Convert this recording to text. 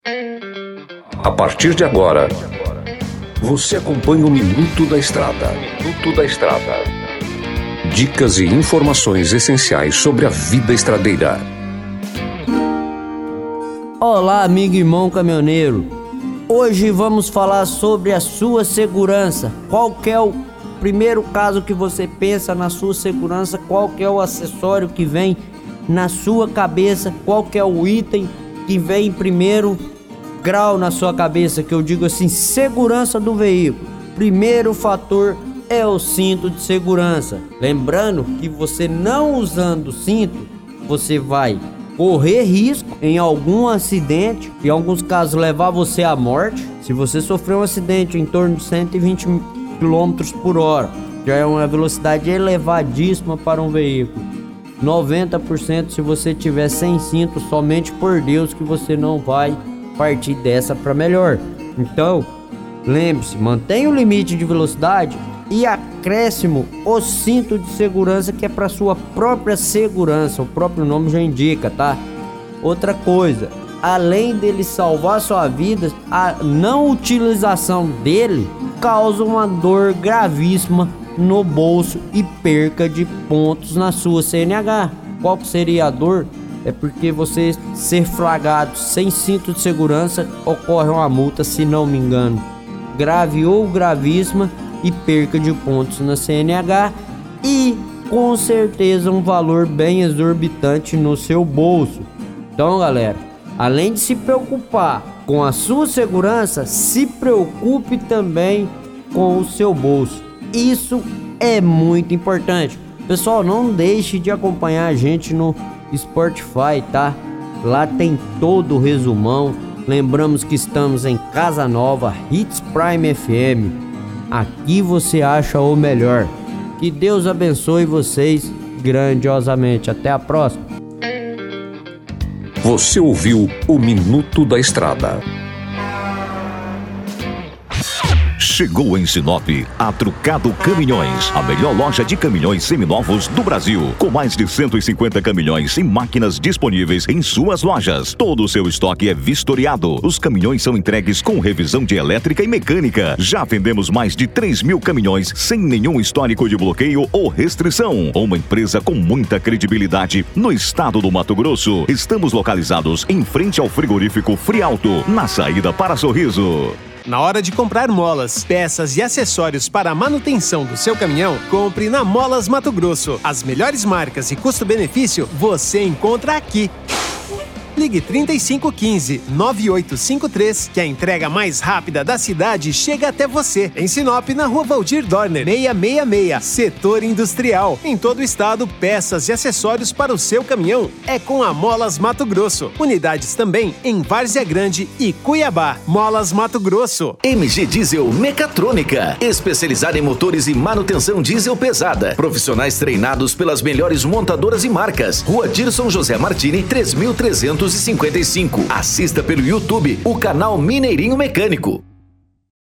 A partir de agora, você acompanha o Minuto da Estrada. Minuto da Estrada. Dicas e informações essenciais sobre a vida estradeira. Olá, amigo e irmão caminhoneiro. Hoje vamos falar sobre a sua segurança. Qual que é o primeiro caso que você pensa na sua segurança? Qual que é o acessório que vem na sua cabeça? Qual que é o item que vem em primeiro grau na sua cabeça? Que eu digo assim, segurança do veículo. Primeiro fator é o cinto de segurança. Lembrando que você não usando o cinto, você vai correr risco em algum acidente, em alguns casos levar você à morte. Se você sofrer um acidente em torno de 120 km por hora, já é uma velocidade elevadíssima para um veículo. 90% se você tiver sem cinto, somente por Deus que você não vai partir dessa para melhor. Então, lembre-se, mantenha o limite de velocidade e acréscimo o cinto de segurança, que é para sua própria segurança, o próprio nome já indica, tá? Outra coisa, além dele salvar sua vida, a não utilização dele causa uma dor gravíssima no bolso e perca de pontos na sua CNH. Qual que seria a dor? É porque você ser flagrado sem cinto de segurança, ocorre uma multa, se não me engano, grave ou gravíssima, e perca de pontos na CNH e com certeza um valor bem exorbitante no seu bolso. Então, galera, além de se preocupar com a sua segurança, se preocupe também com o seu bolso. Isso é muito importante. Pessoal, não deixe de acompanhar a gente no Spotify, tá? Lá tem todo o resumão. Lembramos que estamos em Casa Nova, Hits Prime FM. Aqui você acha o melhor. Que Deus abençoe vocês grandiosamente. Até a próxima. Você ouviu o Minuto da Estrada. Chegou em Sinop a Trucado Caminhões, a melhor loja de caminhões seminovos do Brasil, com mais de 150 caminhões e máquinas disponíveis em suas lojas. Todo o seu estoque é vistoriado. Os caminhões são entregues com revisão de elétrica e mecânica. Já vendemos mais de 3.000 caminhões sem nenhum histórico de bloqueio ou restrição. Uma empresa com muita credibilidade no estado do Mato Grosso. Estamos localizados em frente ao frigorífico Frialto, na saída para Sorriso. Na hora de comprar molas, peças e acessórios para a manutenção do seu caminhão, compre na Molas Mato Grosso. As melhores marcas e custo-benefício você encontra aqui. Ligue 3515-9853, que a entrega mais rápida da cidade chega até você. Em Sinop, na Rua Valdir Dorner, 666, Setor Industrial. Em todo o estado, peças e acessórios para o seu caminhão é com a Molas Mato Grosso. Unidades também em Várzea Grande e Cuiabá. Molas Mato Grosso. MG Diesel Mecatrônica, especializada em motores e manutenção diesel pesada. Profissionais treinados pelas melhores montadoras e marcas. Rua Dirson José Martini, 3355. Assista pelo YouTube o canal Mineirinho Mecânico.